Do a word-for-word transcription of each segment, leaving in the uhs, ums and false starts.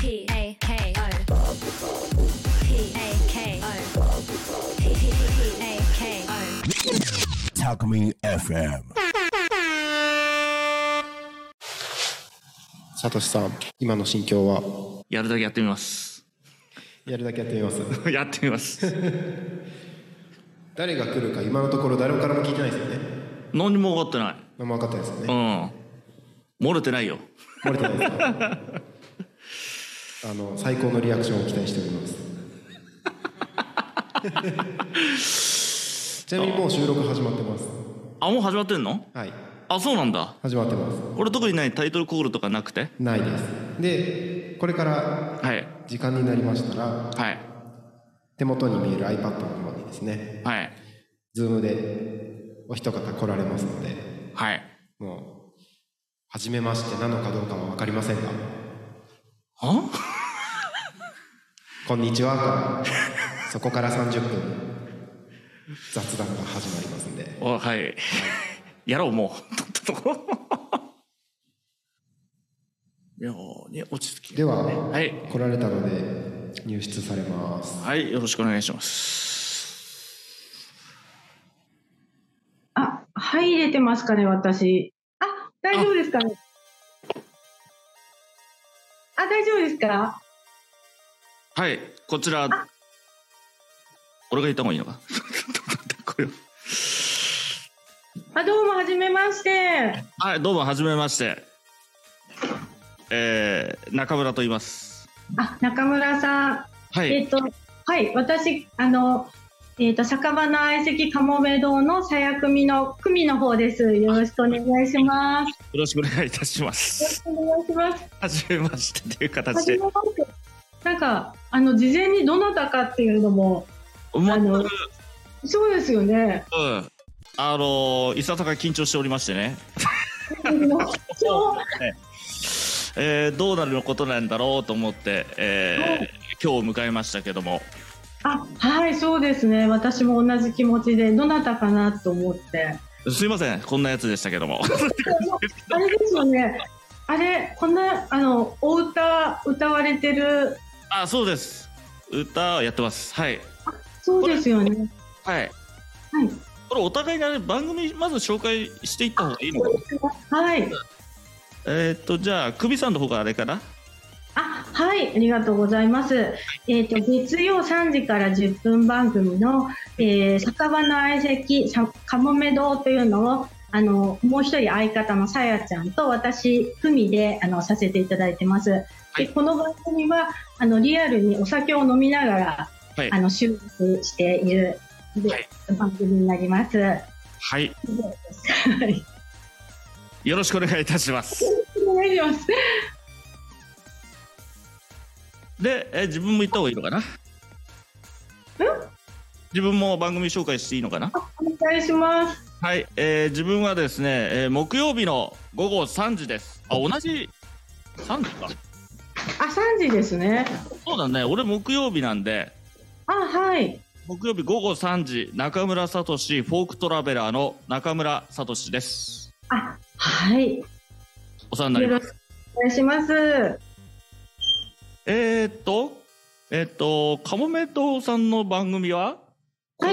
P A K O P A K O P A K O タコミン エフエム。 さとしさん、今の心境は？ やるだけやってみます。 やるだけやってみますやってみます誰が来るか今のところ誰からも聞いてないですよね。 何にも分かってない。 何も分かってないですよね。 うん、漏れてないよ。 漏れてないですかあの最高のリアクションを期待しておりますちなみにもう収録始まってます。 あ、もう始まってんの？ はい、 あ、そうなんだ。 始まってます。 これ特にないタイトルコールとかなくて？ ないです。で、これから時間になりましたら、 はい、 手元に見える iPad の方にですね、はい、Zoom でお一方来られますので、はい、もう初めましてなのかどうかは分かりませんが、 はこんにちはからそこからさんじゅっぷん雑談が始まりますんで、 お、はい、はい、やろう。もうとっととように落ち着きでは、 はい、 来られたので入室されます。 はい、よろしくお願いします。 あ、入れてますかね、私。あ、大丈夫ですかね。あ、大丈夫ですか。 はい、こちら俺が言った方がいいのかあ、どうもはじめまして。 はい、どうもはじめまして。えー、中村と言います。 あ、中村さん。 はい。 えっと、はい、私、あの、えっと、酒場の相席かもめ堂のさや組の組の方です。よろしくお願いします。よろしくお願いいたします。 よろしくお願いします。 はじめましてという形で。 なんか、あの、事前にどなたかっていうのも、 あの、 そうですよね。 うん。あの、いささか緊張しておりましてね。えー、どうなることなんだろうと思って、えーはい、今日を迎えましたけども。 あ、はい、そうですね。私も同じ気持ちで、どなたかなと思って。 すいません、こんなやつでしたけども。 あれですよね。あれ、こんな、あの、お歌、歌われてる。 あ、そうです。歌をやってます。はい。 あ、そうですよね。 はい。はい。これお互いが番組まず紹介していった方がいいのかな。 はい。 えっとじゃあ久美さんの方があれかな。 あ、はい、ありがとうございます。えっと月曜さんじからじゅっぷん番組の、えー、酒場の相席かもめ堂というのをあのもう一人相方のさやちゃんと私久美であのさせていただいてます。はい、でこの番組はあのリアルにお酒を飲みながら、はい、あの収録している、はい、番組になります。はい。はい。 よろしくお願いいたします。 お願いします。 で、え自分も言った方がいいのかな。自分も番組紹介していいのかな。 お願いします。 はい、えー、自分はですね、えー、木曜日の午後さんじです。あ、同じさんじか。 あ、さんじですね。 そうだね、俺木曜日なんで。 あ、はい。 木曜日午後さんじ、中村聡フォークトラベラーの中村聡です。 あ、はい。 お世話になります。 よろしくお願いします。 えー、っと、えー、っと、かもめ堂さんの番組は、 はい。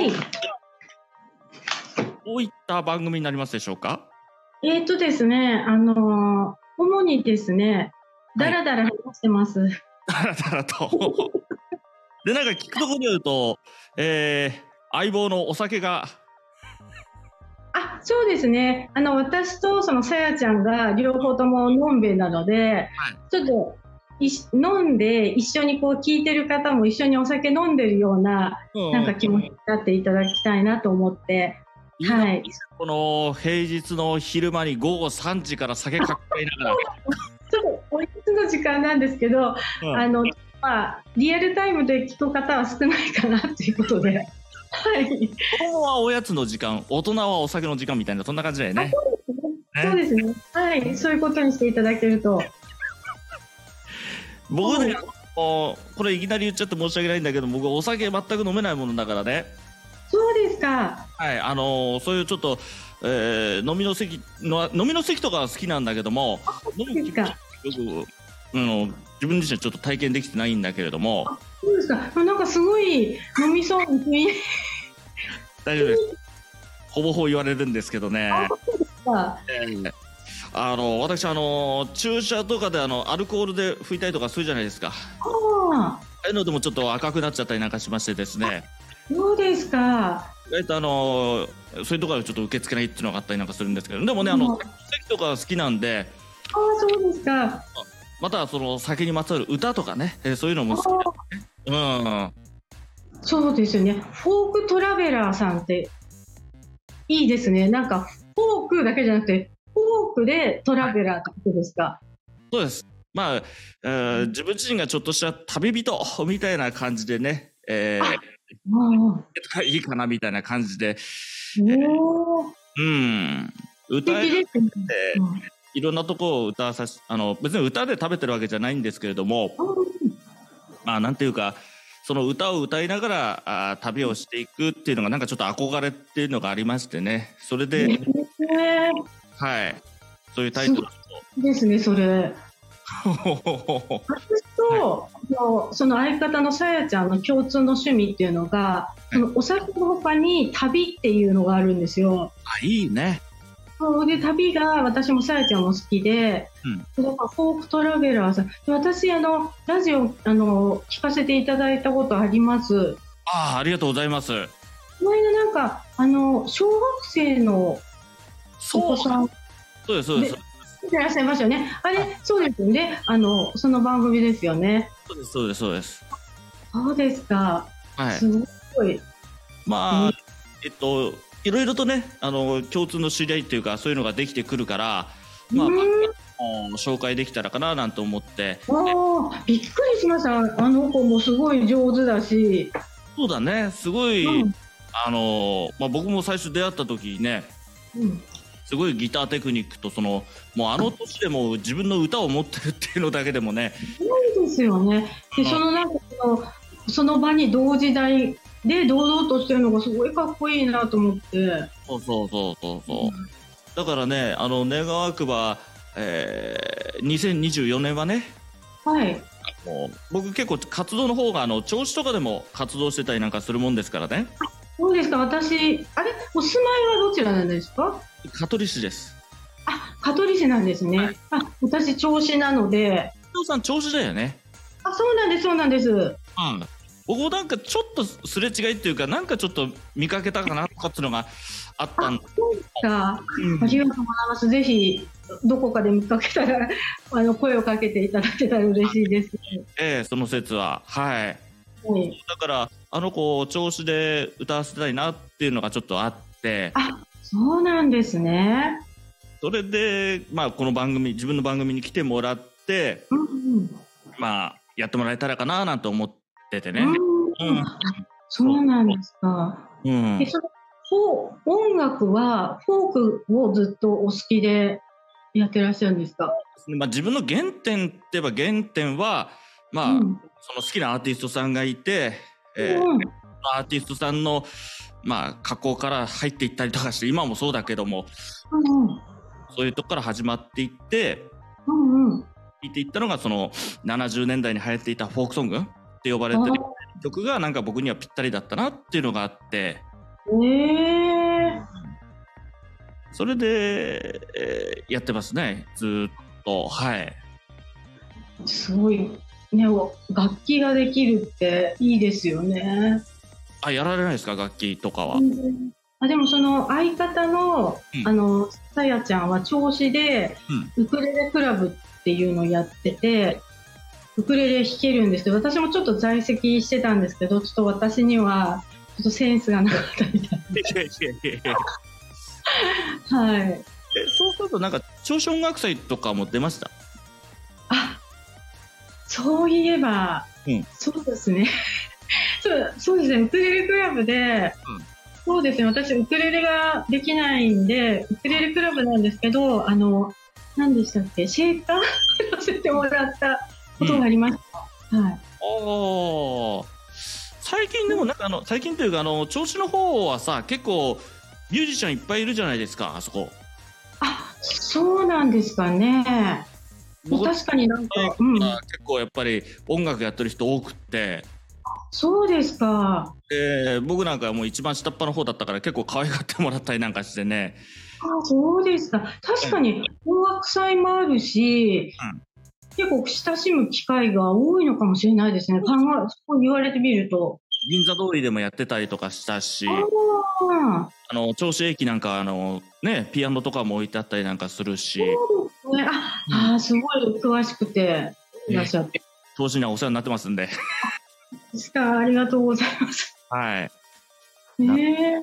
どういった番組になりますでしょうか。 えー、っとですね、あのー、主にですね、だらだら話してます。 だらだらと。で、なんか聞くところによると、えー、相棒のお酒が。 あ、そうですね。あの私とそのさやちゃんが両方とものんべえなので、はい、ちょっとい飲んで一緒にこう聞いてる方も一緒にお酒飲んでるような、うん、なんか気持ちになっていただきたいなと思って、 いいはい。この平日の昼間に午後さんじから酒かっかいながら。 ちょっとおやつの時間なんですけど、うん、あのまあリアルタイムで聞く方は少ないかなということで。はい、 子供はおやつの時間、大人はお酒の時間みたいな、そんな感じだよね。 そうですね。はい、そういうことにしていただけると。 僕ね、これいきなり言っちゃって申し訳ないんだけど、僕お酒全く飲めないものだからね。 そうですか。 はい、あのー、そういうちょっと、えー、飲みの席の飲みの席とかは好きなんだけども、飲む気持ちよくあの自分自身ちょっと体験できてないんだけれども。 そうですか。なんかすごい飲みそうに大丈夫です。ほぼほぼ言われるんですけどね。 あ、そうですか。 えーあの私あの注射とかであのアルコールで拭いたりとかするじゃないですか。あああいうのでもちょっと赤くなっちゃったりなんかしましてですね。 そうですか。 意外とあのそういうところはちょっと受け付けないっていうのがあったりなんかするんですけど、でもね、あの席とか好きなんで。 ああ、そうですか。 またその酒にまつわる歌とかね、えー、そういうのも好きですね。うん。 そうですよね。フォークトラベラーさんっていいですね。なんかフォークだけじゃなくてフォークでトラベラーってことですか。 そうです。まあ、えー、自分自身がちょっとした旅人みたいな感じでね、えー、いいかなみたいな感じで、 おー、 うん、歌えるって、 うん、 いろんなところを歌わさし、あの別に歌で食べてるわけじゃないんですけれども、まあなんていうか、その歌を歌いながらあ旅をしていくっていうのがなんかちょっと憧れっていうのがありましてね、それで、 えー、 はい、そういうタイトルですね、それ。私と、はい、その相方のさやちゃんの共通の趣味っていうのが、そのお酒の他に旅っていうのがあるんですよ。 あ、いいね。 そうで、旅が私もさやちゃんも好きで、うん、だからフォークトラベラーさん、私あのラジオあの聞かせていただいたことあります。 ああ、ありがとうございます。 この間なんかあの小学生のお子さん、 そうですそうです。 いらっしゃいましたよね。あれ、そうですよね。あのその番組ですよね。 そうですそうですそうです。 そうですか。 はい。 すごい。 まあ、うん、えっといろいろとね、あの共通の知り合いっていうかそういうのができてくるから、まあ、まあ、紹介できたらかななんて思って。 ああ、びっくりしました。あの子もすごい上手だし。 そうだね。すごい、うん、あのまあ僕も最初出会った時ね。うん、すごいギターテクニックとそのもうあの年でも自分の歌を持ってるっていうのだけでもね。 そうですよね。で、そのなんかそのその場に同時代で堂々としてるのがすごいかっこいいなと思って。 そうそうそうそうそう。うん、だからね、あの願わくば、えー、にせんにじゅうよねんはね。 はい。 もう僕結構活動の方があの銚子とかでも活動してたりなんかするもんですからね。 そうですか。私あれお住まいはどちらなんですか？ 香取市です。 あ、香取市なんですね。はい、あ、私銚子なので。 伊藤さん銚子だよね。 あ、そうなんですそうなんです。うん。 僕もなんかちょっとすれ違いっていうかなんかちょっと見かけたかなとかっていうのがあったんで。 そうですか、うん、ありがとうございます。ぜひどこかで見かけたらあの声をかけていただけたら嬉しいです。 ええー、その説ははい、うん、だからあの子調子で歌わせたいなっていうのがちょっとあって。 あ、そうなんですね。 それでまあこの番組自分の番組に来てもらって、うんうん、まあやってもらえたらかななんて思って出てね、うんうん、そうなんですか。うん、でその音楽はフォークをずっとお好きでやってらっしゃるんですか？ まあ、自分の原点って言えば原点は、まあうん、その好きなアーティストさんがいて、えーうん、アーティストさんの、まあ、加工から入っていったりとかして今もそうだけども、うんうん、そういうとこから始まっていって、うんうん、聴いていったのがそのななじゅうねんだいに流行っていたフォークソングって呼ばれてる曲がなんか僕にはぴったりだったなっていうのがあって、えー、それで、えー、やってますねずっと。はい。 すごいね、楽器ができるっていいですよね。 あ、やられないですか楽器とかは？うん、 あでもその相方の、うん、あのさやちゃんは銚子で、うん、ウクレレクラブっていうのをやっててウクレレ弾けるんですけど、私もちょっと在籍してたんですけど、ちょっと私にはちょっとセンスがなかったみたいな。はい。え、 そうするとなんか銚子音楽祭とかも出ました？ あ、そういえば、うん、そうですね。そう、そうですね。ウクレレクラブで、うん、そうですね。私ウクレレができないんで、ウクレレクラブなんですけど、あの何でしたっけ、シェイカーやらせてもらったことがありました。うん、はい。 ああ、最近でもなんかあの最近というかあの銚子の方はさ結構ミュージシャンいっぱいいるじゃないですかあそこ。 あ、そうなんですかね。 確かになんか、うん、 結構やっぱり音楽やってる人多くって。 そうですか。 えー、僕なんかはもう一番下っ端の方だったから結構可愛がってもらったりなんかしてね。 あ、そうですか。確かに音楽祭もあるし、うん、結構親しむ機会が多いのかもしれないですね。考え、そう言われてみると。 銀座通りでもやってたりとかしたし、ああの銚子駅なんかあの、ね、ピアノとかも置いてあったりなんかするし。 そうですね。あ、うん、あ、すごい詳しくていらっしゃって。 銚子にはお世話になってますんで。 ありがとうございます。 はい。 えー、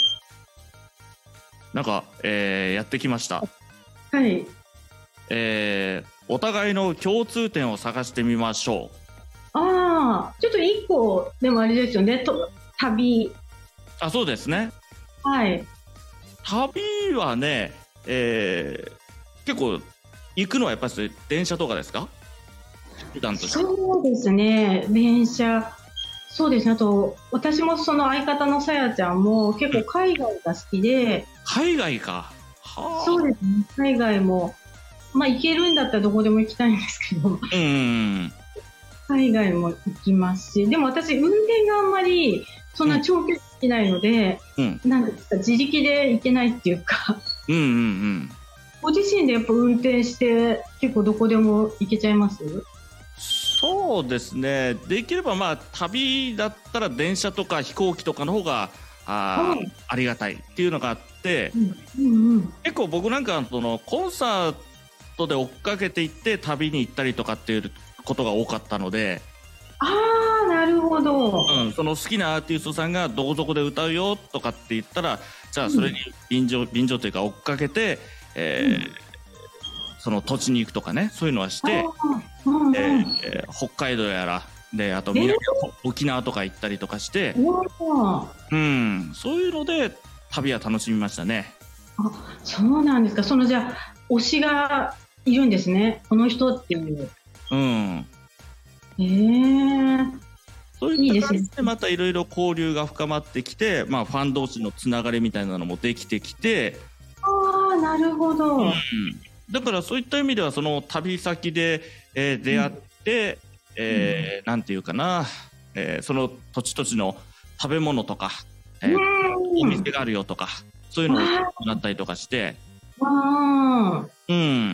なんか、えー、やってきました。 はい。 えー、お互いの共通点を探してみましょう。 ああ、ちょっと一個でもあれですよね。と旅。 あ、そうですね。 はい。 旅はね、えー、結構行くのはやっぱり電車とかですか？普段として。 そうですね。電車。そうですね。あと私もその相方のさやちゃんも結構海外が好きで。 海外か。はあ。 そうですね。海外もまあ行けるんだったらどこでも行きたいんですけど。 うん。 海外も行きますし、でも私運転があんまりそんな長距離できないので、うん、なんですか自力で行けないっていうか、 うんうんうん、 ご自身でやっぱ運転して結構どこでも行けちゃいます？ そうですね。できればまあ旅だったら電車とか飛行機とかの方が あ,、はい、ありがたいっていうのがあって、 うんうんうん、 結構僕なんかそのコンサートで追っかけて行って旅に行ったりとかっていうことが多かったので。 ああ、なるほど、 うん、その好きなアーティストさんがどこどこで歌うよとかって言ったら、じゃあそれに便乗、便乗というか追っかけて、えーうん、その土地に行くとかね、そういうのはして、うんうん、えー、北海道やらで、あと南、えー、沖縄とか行ったりとかして、うん、そういうので旅は楽しみましたね。 あ、そうなんですか。そのじゃあ推しがいるんですね、この人っていう。 うん。 えー、 そういった感じでまたいろいろ交流が深まってきて、まあ、ファン同士のつながりみたいなのもできてきて。 ああ、なるほど、うん、 だからそういった意味ではその旅先で、えー、出会って、うん、えー、なんていうかな、えー、その土地土地の食べ物とか、えー、お店があるよとかそういうのをなったりとかして、 あ、 うん、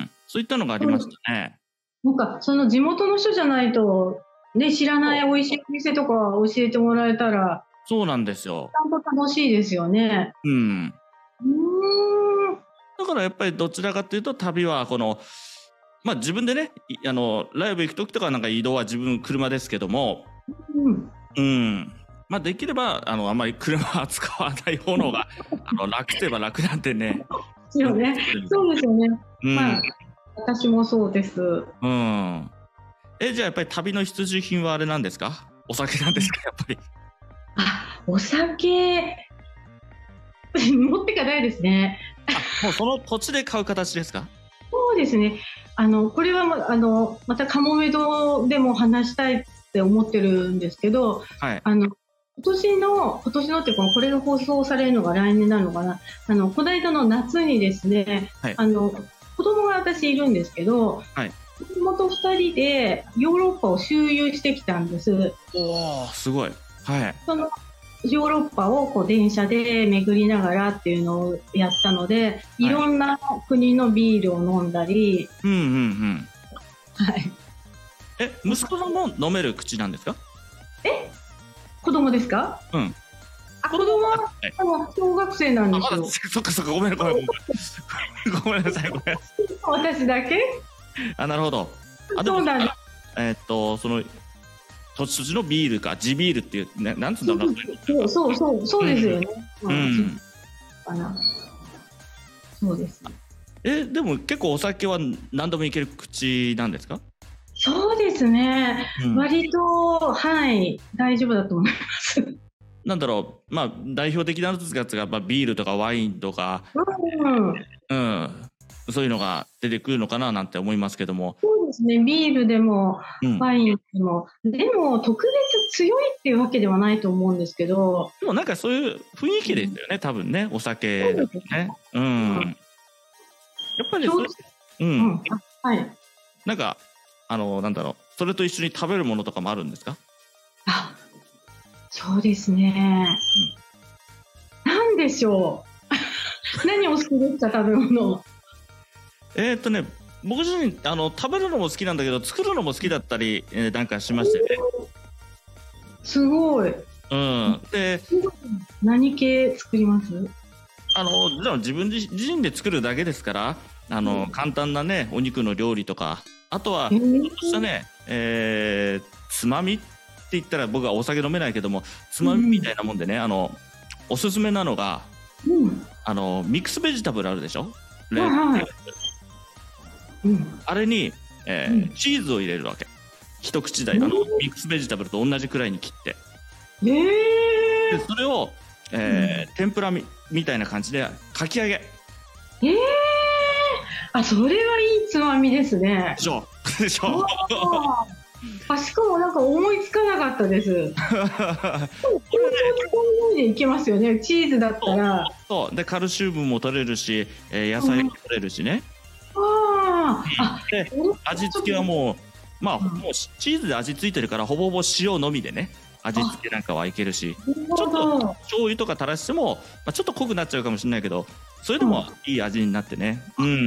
そういったのがありましたね。 なんかその地元の人じゃないと、ね、知らない美味しいお店とか教えてもらえたら、 そうなんですよ。 ちゃんと楽しいですよね。 うん。うーん。 だからやっぱりどちらかというと旅はこの、まあ自分でね、あのライブ行く時とかなんか移動は自分車ですけども、 うん。 うん。まあできればあのあんまり車は使わない方のがあの楽といえば楽なんでね。 ですよね。そうですよね。 うん、 まあ私もそうです。 うん。え、じゃあやっぱり旅の必需品はあれなんですか？お酒なんですか、やっぱり。 あ、お酒持ってかないですね。 あ、もうその土地で買う形ですか？ そうですね。あのこれはあのまたカモメドでも話したいって思ってるんですけど、 はい、 あの今年の今年のっていうかこれが放送されるのが来年なのかな。あのこの間の夏にですね、はい、あの子供が私いるんですけど、はい、子供とふたりでヨーロッパを周遊してきたんです。 おー、すごい。はい。 そのヨーロッパをこう電車で巡りながらっていうのをやったので、いろんな国のビールを飲んだり、 うんうんうん。 はい。 え、息子さんも飲める口なんですか？ え、子供ですか？ うん。 あ、子供は、はい、小学生なんですよ。 そっかそっか、ごめんごめんごめん。ごめんなさい、ごめん。 私だけ？ あ、なるほど。あ、 そうなんです。 えー、っとその土地土地のビールか地ビールっていう、ね、なんつうんだろうな。 そうそうそうそうですよね。 うん。うん、 かな。そうです。 え、でも結構お酒は何度もいける口なんですか？ そうですね。うん、割とはい大丈夫だと思います。 なんだろう、まあ代表的なやつが、まあ、ビールとかワインとか、 うん、 うん、そういうのが出てくるのかななんて思いますけども。 そうですね。ビールでも、うん、ワインでも、でも特別強いっていうわけではないと思うんですけど。 でもなんかそういう雰囲気ですよね、うん、多分ね、お酒だとね。うん。うん、やっぱりそう、うん、うん、 はい。 なんかあのなんだろう、それと一緒に食べるものとかもあるんですか？ あ、そうですね。うん、なんでしょう。何お好きですか、食べ物？ えーっとね、僕自身あの食べるのも好きなんだけど、作るのも好きだったり、えー、なんかしましてね。 すごい。 うん。で、 何系作ります？ あのでも自分自身で作るだけですから、あの、うん、簡単なねお肉の料理とか、あとはちょっとしたね、えー、つまみって言ったら僕はお酒飲めないけども、つまみみたいなもんでね、うん、あのおすすめなのが、うん、あのミックスベジタブルあるでしょ、はいはい、うん、あれに、えーうん、チーズを入れるわけ。一口大、あのミックスベジタブルと同じくらいに切って、えー、でそれを、えーうん、天ぷら み, みたいな感じでかき揚げ。 えー、あ、それはいいつまみですね。 でしょでしょあ、しかもなんか思いつかなかったです。これね、こういけますよね。チーズだったら。 そう、そうでカルシウムも取れるし、えー、野菜も取れるしね。 ああ、 で味付けはもうまあ、もうチーズで味付いてるからほぼほぼ塩のみでね、味付けなんかはいけるし、ちょっと醤油とか垂らしても、まあ、ちょっと濃くなっちゃうかもしれないけど、それでもいい味になってね。うん、うん、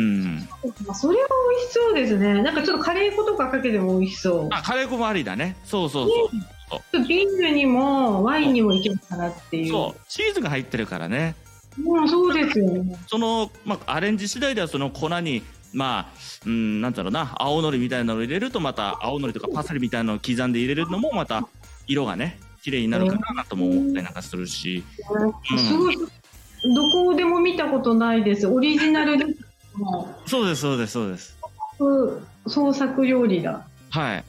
それは美味しそうですね。なんかちょっとカレー粉とかかけても美味しそう。 あ、カレー粉もありだね。そうそうそうそう、ビールにもワインにもいけるかなっていう。 そう、チーズが入ってるからね。 まあ、そうですよね。 その、まあ、アレンジ次第ではその粉にまあ、うん、なんだろうな、青のりみたいなのを入れると、また青のりとかパセリみたいなのを刻んで入れるのもまた色がね綺麗になるかなとも思ったりなんかするし、 うん、すごい、どこでも見たことないです。オリジナルでそうですそうですそうです、 創作料理だ。 はい、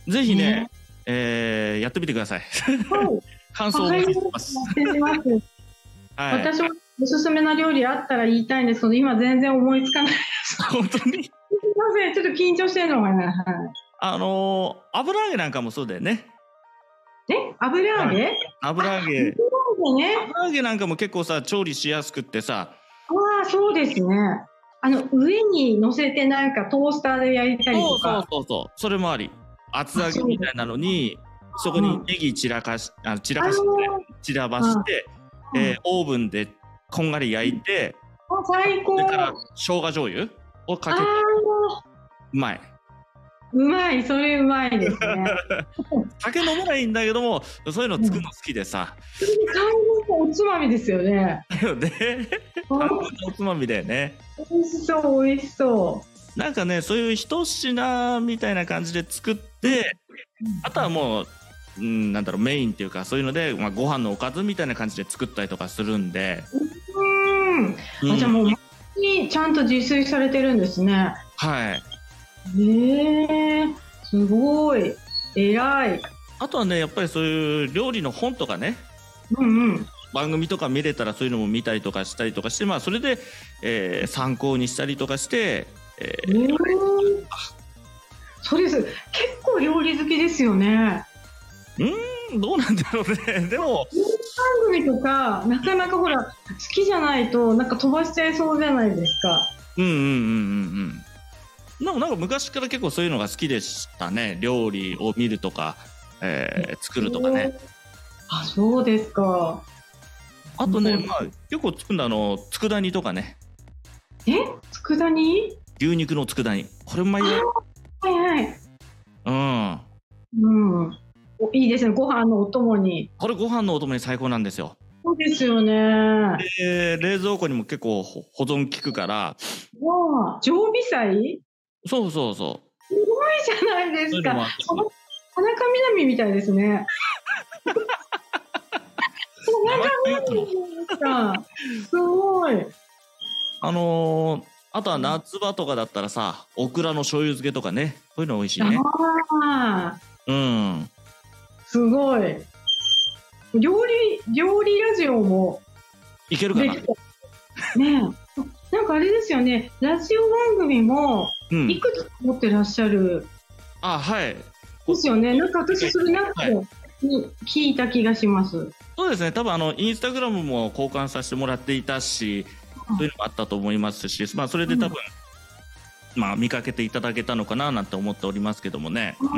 ぜひね、ねえー、やってみてください。感想をお待ちしてます。 はい、私もおすすめな料理あったら言いたいんですけど、今全然思いつかないです。 本当にすいません、ちょっと緊張してるのかな。はい、 あのー、油揚げなんかもそうだよね。 え、油揚げ、はい、 油揚げ、 油揚げね、 油揚げなんかも結構さ調理しやすくってさ。 ああ、そうですね。あの上に乗せてなんかトースターで焼いたりとか。 そうそうそう、それもあり。厚揚げみたいなのにそこにネギ散らかし、あ、散らかして散らばして、えー、オーブンでこんがり焼いて、 あ、最高。 それから生姜醤油をかけて、うまい。 うまい、それうまいですね。 酒飲めないんだけども、そういうの作るの好きでさ。 完全におつまみですよね。 で、完全におつまみだよね。 美味しそう、美味しそう。 なんかね、そういう一品みたいな感じで作って、あとはもう、うん、なんだろう、メインっていうかそういうので、まあ、ご飯のおかずみたいな感じで作ったりとかするんで。 うん、うん、あ、じゃあもうにちゃんと自炊されてるんですね。 はい。 へえー、すごい偉い。 あとはね、やっぱりそういう料理の本とかね、 うんうん、 番組とか見れたらそういうのも見たりとかしたりとかして、まあそれで、えー、参考にしたりとかして、えー、えー、 そうです。結構料理好きですよね。 うん、どうなんだろうね。でも番組とかなかなかほら好きじゃないとなんか飛ばしちゃいそうじゃないですか。 うんうんうんうんうん。なんかなんか昔から結構そういうのが好きでしたね。料理を見るとか、えー、作るとかね。 あ、そうですか。 あとね、まあ結構作るのあの佃煮とかね。 え、佃煮？ 牛肉の佃煮。これうまいよ。 はいはい。 うん。 うん。いいですね、ご飯のお供に。 これご飯のお供に最高なんですよ。 そうですよね。 で、冷蔵庫にも結構保存効くから。わあ、常備菜？ そうそうそう。 すごいじゃないですか。田中みな実みたいですね。田中みな実ですか。すごい。 あのー、あとは夏場とかだったらさ、オクラの醤油漬けとかね、こういうの美味しいね。 ああ。 うん。 すごい。料理料理ラジオもいけるかな。ねえ、なんかあれですよね。ラジオ番組もいくつか持ってらっしゃる。うん、 あ、はい。 ですよね。なんか私それなんかに聞いた気がします。 そうですね。多分あのインスタグラムも交換させてもらっていたし、そういうのもあったと思いますし、まあそれで多分、 まあ見かけていただけたのかななんて思っておりますけどもね。 うん、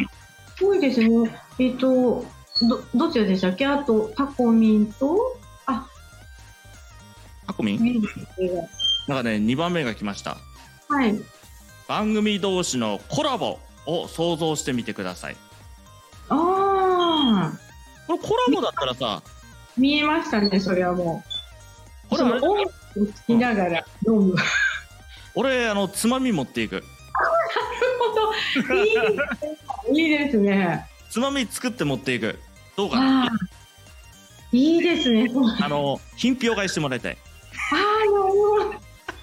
すごいですね。えっとどどちらでしたっけ？あとタコミンとあタコミン？なんかねにばんめが来ました。 はい。 番組同士のコラボを想像してみてください。 ああ。 これコラボだったらさ。 見えましたね、それはもう。 これ音楽を聴きながら飲む。 俺あのつまみ持っていく。 なるほど。いいですね。いいですね。 つまみ作って持っていく。どうかな。 いいですね。 あの品評会してもらいたい。 ああ、なるほど。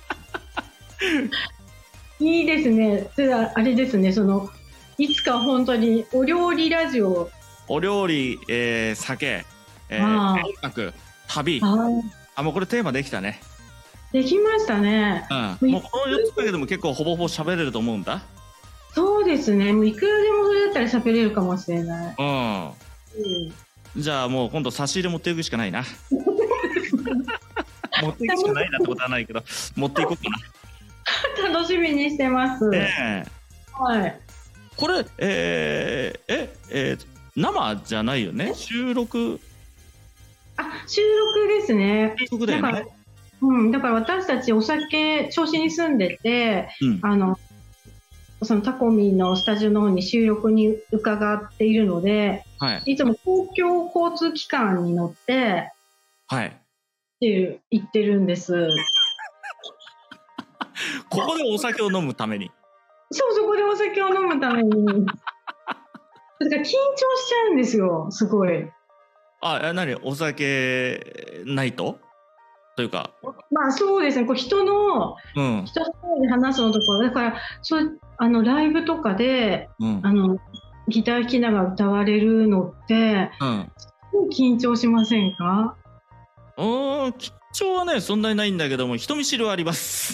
いいですね。それはあれですね。そのいつか本当にお料理ラジオ。 お料理、えー、酒、えー、音楽、旅。あ、もうこれテーマできたね。 できましたね。 うん。もうこのよっつだけでも結構ほぼほぼ喋れると思うんだ。 そうですね。もういくらでもそれだったら喋れるかもしれない。 うん。うん、じゃあもう今度差し入れ持っていくしかないな。持っていくしかないなってことはないけど、持っていこうかな。楽しみにしてます。 ねえ。はい。 これ、えー、え、えー、生じゃないよね。収録。 あ、収録ですね。 収録だよね。だから、 うん、だから私たちお酒銚子に住んでて、うん、あのそのタコミンのスタジオの方に収録に伺っているので、はい、いつも公共交通機関に乗って、はい、っていう言ってるんです。 ここでお酒を飲むために。 そう、そこでお酒を飲むために。だから緊張しちゃうんですよ、すごい。 あ、何、お酒ないとというか。 まあそうですね、こう人の、うん、人で話すのとか、だからそうあのライブとかで、うん、あのギター弾きながら歌われるのって、うん、すごい緊張しませんか？ うん、緊張はねそんなにないんだけども、人見知りはあります。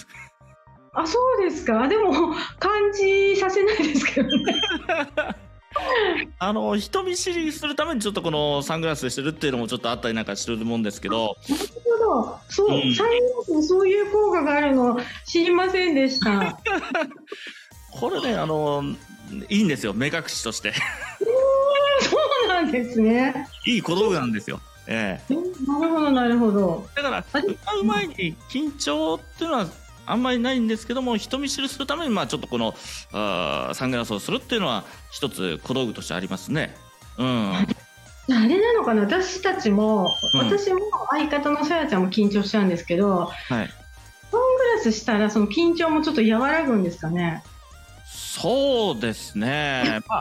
あ、そうですか。でも感じさせないですけどね。 あの人見知りするためにちょっとこのサングラスしてるっていうのもちょっとあったりなんかするもんですけど。 なるほど。そう、うん、サングラスにそういう効果があるの知りませんでした。 これね、あのいいんですよ、目隠しとして。 そうなんですね。 いい小道具なんですよ。ええ、 なるほどなるほど。 だから歌う前に緊張っていうのはあんまりないんですけども、人見知りするためにまあちょっとこのあサングラスをするっていうのは一つ小道具としてありますね。うん。 あれなのかな、私たちも、うん、私も相方のさやちゃんも緊張しちゃうんですけど、はい、サングラスしたらその緊張もちょっと和らぐんですかね。 そうですね。まあ、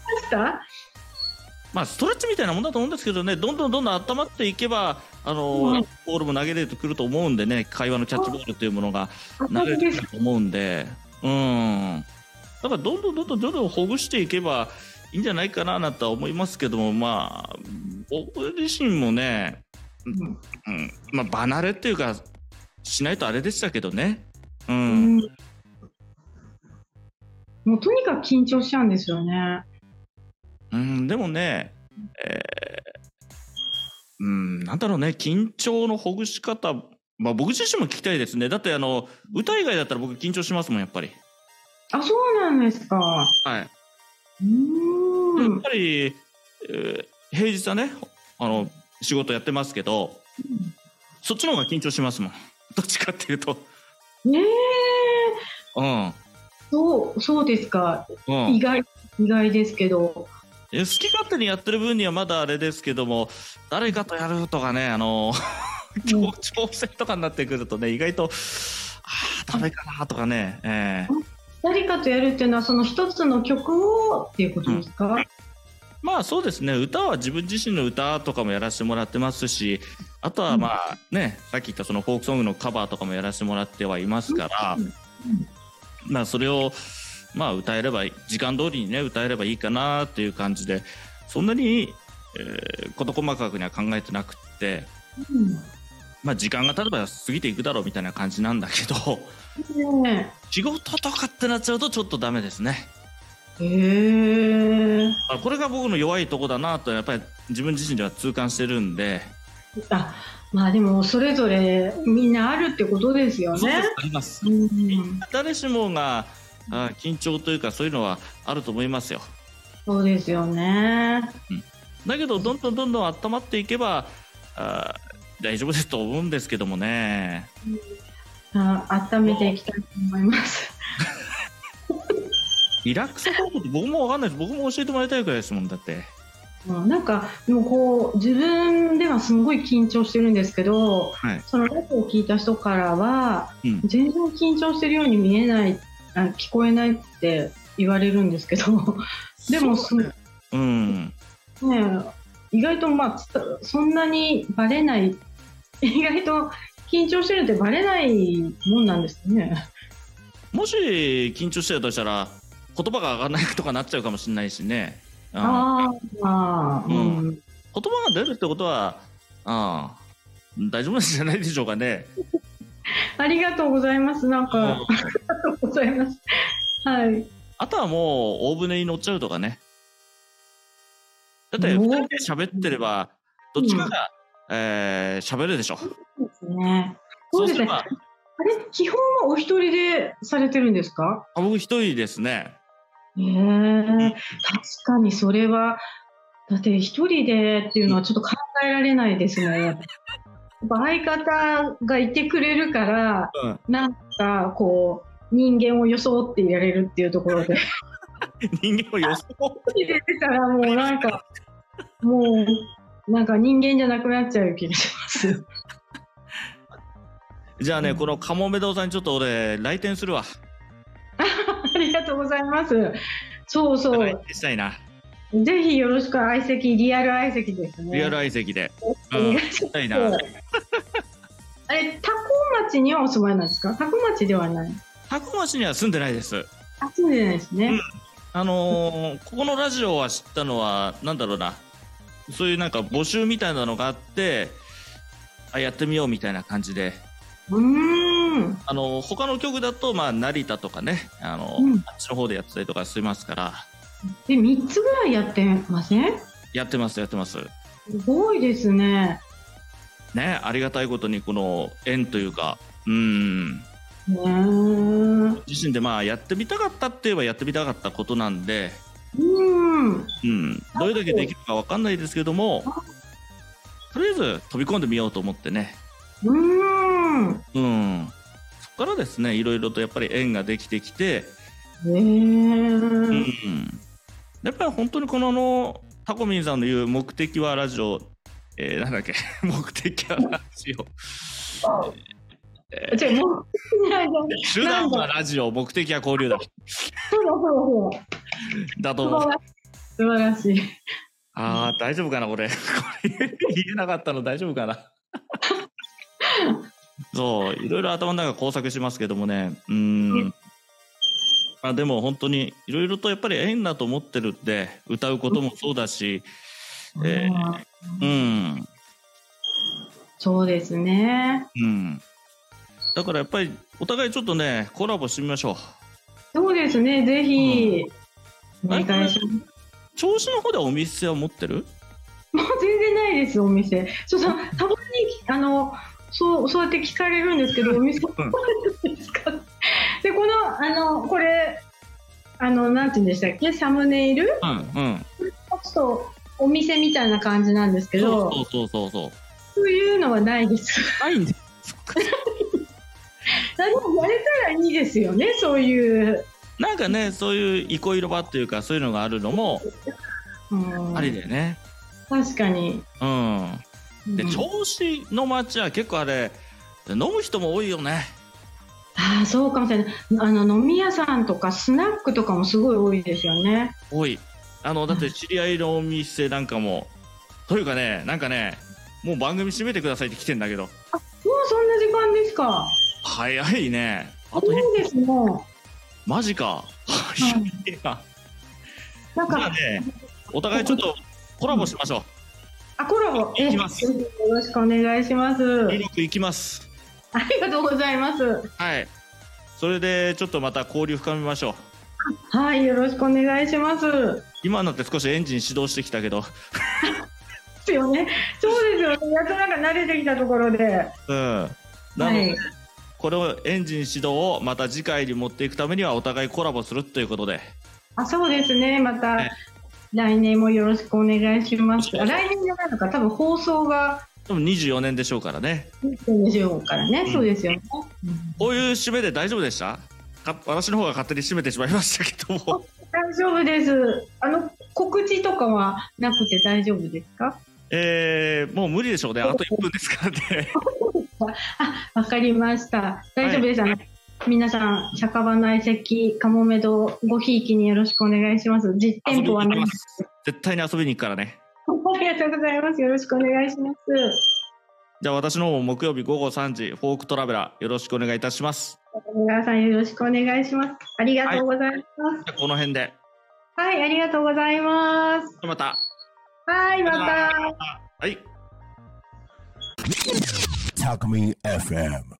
まあストレッチみたいなもんだと思うんですけどね、どんどんどんどん温まっていけば、あの、うん、ボールも投げれてくると思うんでね、会話のキャッチボールというものが投げれてくると思うんで、うん、だからどんどんどんどんどんどんほぐしていけばいいんじゃないかななんて思いますけども、まあ僕自身もね、うんうん、まあ離れっていうかしないとあれでしたけどね、うん、うん、 もうとにかく緊張しちゃうんですよね。 うん、でもね、えー、うん、なんだろうね、緊張のほぐし方、まあ僕自身も聞きたいですね。だってあの歌以外だったら僕緊張しますもん、やっぱり。 あ、そうなんですか。はい。 うーん、やっぱり、えー、平日はね、あの仕事やってますけど、うん、そっちの方が緊張しますもん。どっちかっていうと。 ねえ。うん。 そうそうですか。うん、意外意外ですけど。 好き勝手にやってる分にはまだあれですけども、誰かとやるとかね、あの挑戦とかになってくるとね、意外とああダメかなとかね、えー、 誰かとやるっていうのはその一つの曲をっていうことですか？うん、 まあそうですね、歌は自分自身の歌とかもやらせてもらってますし、あとはまあね、うん、さっき言ったそのフォークソングのカバーとかもやらせてもらってはいますから、うんうん、まあそれをまあ歌えれば時間通りにね歌えればいいかなっていう感じで、そんなに、えー、事細かくには考えてなくって、うん、まあ時間が経てば過ぎていくだろうみたいな感じなんだけど、ね、仕事とかってなっちゃうとちょっとダメですね。 へー。 これが僕の弱いとこだなとやっぱり自分自身では痛感してるんで、 あ、まあでもそれぞれみんなあるってことですよね。 そうです、あります。 うん、 みんな誰しもがあ緊張というかそういうのはあると思いますよ。 そうですよね。 うん、だけどどんどんどんどん温まっていけばあ大丈夫ですと思うんですけどもね。 うん、あ温めていきたいと思います。 リラックス方法って僕も分かんないです。僕も教えてもらいたいくらいですもんだって。 なんかもうこう自分ではすごい緊張してるんですけど、はい、そのラジオを聞いた人からは、うん、全然緊張してるように見えない、あ聞こえないって言われるんですけどでもそ、ねうんね、意外と、まあ、そんなにバレない意外と緊張してるってバレないもんなんですね。 もし緊張してるとしたら言葉が上がらないとかなっちゃうかもしれないしね。 ああ、うん、 言葉が出るってことはあ大丈夫なんじゃないでしょうかね。 ありがとうございます。なんか、ありがとうございます。はい。 あとはもう大船に乗っちゃうとかね。だってふたりで喋ってればどっちかが、うん、えー、喋るでしょ。 そうですね。そうですね。あれ基本はお一人でされてるんですか？ あ、僕一人ですね。 えー、確かにそれはだって一人でっていうのはちょっと考えられないですね。相方がいてくれるから、うん、なんかこう人間を装っていられるっていうところで人間を装って入れてたらもうなんかもうなんか人間じゃなくなっちゃう気がしますじゃあね、うん、このカモメ堂さんにちょっと俺来店するわ。 ありがとうございます。そうそう。 したいな。 ぜひよろしく。相席、リアル相席ですね。 リアル相席で。 お願いします。あれ、多古町にはお住まいなんですか？多古町ではない。 多古町には住んでないです。 あ、住んでないですね。うん、 あのー、ここのラジオは知ったのはなんだろうな。そういうなんか募集みたいなのがあって、あやってみようみたいな感じで。 うーん。 あの他の局だとまあ成田とかね、あの、うん、あっちの方でやってたりとかしますから。 でみっつぐらいやってません？ やってますやってます。 すごいですね。 ね、ありがたいことにこの縁というか、うん。 ね自身でまあやってみたかったって言えばやってみたかったことなんで、 うん、 うん、どれだけできるかわかんないですけども、とりあえず飛び込んでみようと思ってね。 うん。 うん。そこからですね、いろいろとやっぱり縁ができてきて、 へー、 うん。やっぱり本当にこのあのタコミンさんの言う目的はラジオ、えー、なんだっけ目的はラジオ。 えー、じゃもう手段はラジオ、目的は交流だ。 そうだそうだ。だと思う。 素晴らしい。 ああ、大丈夫かなこれ。これ言えなかったの大丈夫かな。そう、いろいろ頭の中工作しますけどもね。うーん。まあでも本当にいろいろとやっぱり縁だと思ってるんで、歌うこともそうだし、えー、うん。 そうですね。 うん。だからやっぱりお互いちょっとねコラボしてみましょう。 そうですね、ぜひ、うん、お願いします。 銚子の方でお店は持ってる？ もう全然ないです、お店。そうそう、たまにあのそうそうやって聞かれるんですけど、お店あるんですか？でこのあのこれあのなんて言うんでしたっけ、サムネイル？ うんうん。 ちょっとお店みたいな感じなんですけど、 そうそうそうそう。 そういうのはないです。 ないんです。 でもやれたらいいですよね、そういうなんかね、そういう憩いの場っていうかそういうのがあるのもありだよね。 確かに。 うん。で、銚子の街は結構あれ飲む人も多いよね。 ああ、そうかもしれない。あの飲み屋さんとかスナックとかもすごい多いですよね。 多い。あのだって知り合いのお店なんかもというかね、なんかね、もう番組閉めてくださいって来てんだけど。 あ、もうそんな時間ですか？ 早いね。 あとそうですね。 マジか。早いな。なんかじゃあね、お互いちょっとコラボしましょう。 あ、コラボ。 いきます。よろしくお願いします。 よくいきます。 ありがとうございます。 はい。それでちょっとまた交流深めましょう。はい、よろしくお願いします。 今になって少しエンジン始動してきたけど。 そですよね。そうですよね。やっとなんか慣れてきたところで。 うん。なので、はい、これをエンジン始動をまた次回に持っていくためにはお互いコラボするということで。 あ、そうですね。また、ね、来年もよろしくお願いします。来年じゃないのか、多分放送が。 多分にじゅうよねんでしょうからね。 にじゅうよねんでしょうからね。うん、そうですよね。 こういう締めで大丈夫でした？か私の方が勝手に締めてしまいましたけども。 大丈夫です。あの告知とかはなくて大丈夫ですか？ えー、もう無理でしょうね。あといっぷんですからね。 あ、わかりました。大丈夫です。はい、あの皆さん、釈迦場の相席かもめ堂ごひいきによろしくお願いします。実店舗はないです。 絶対に遊びに行くからね。 ありがとうございます。よろしくお願いします。 じゃあ私の方も木曜日ごごさんじフォークトラベラーよろしくお願いいたします。 皆さんよろしくお願いします。ありがとうございます。 はい、この辺で。 はい、ありがとうございます。 また。 はい、また。 はい。 Talk Me エフエム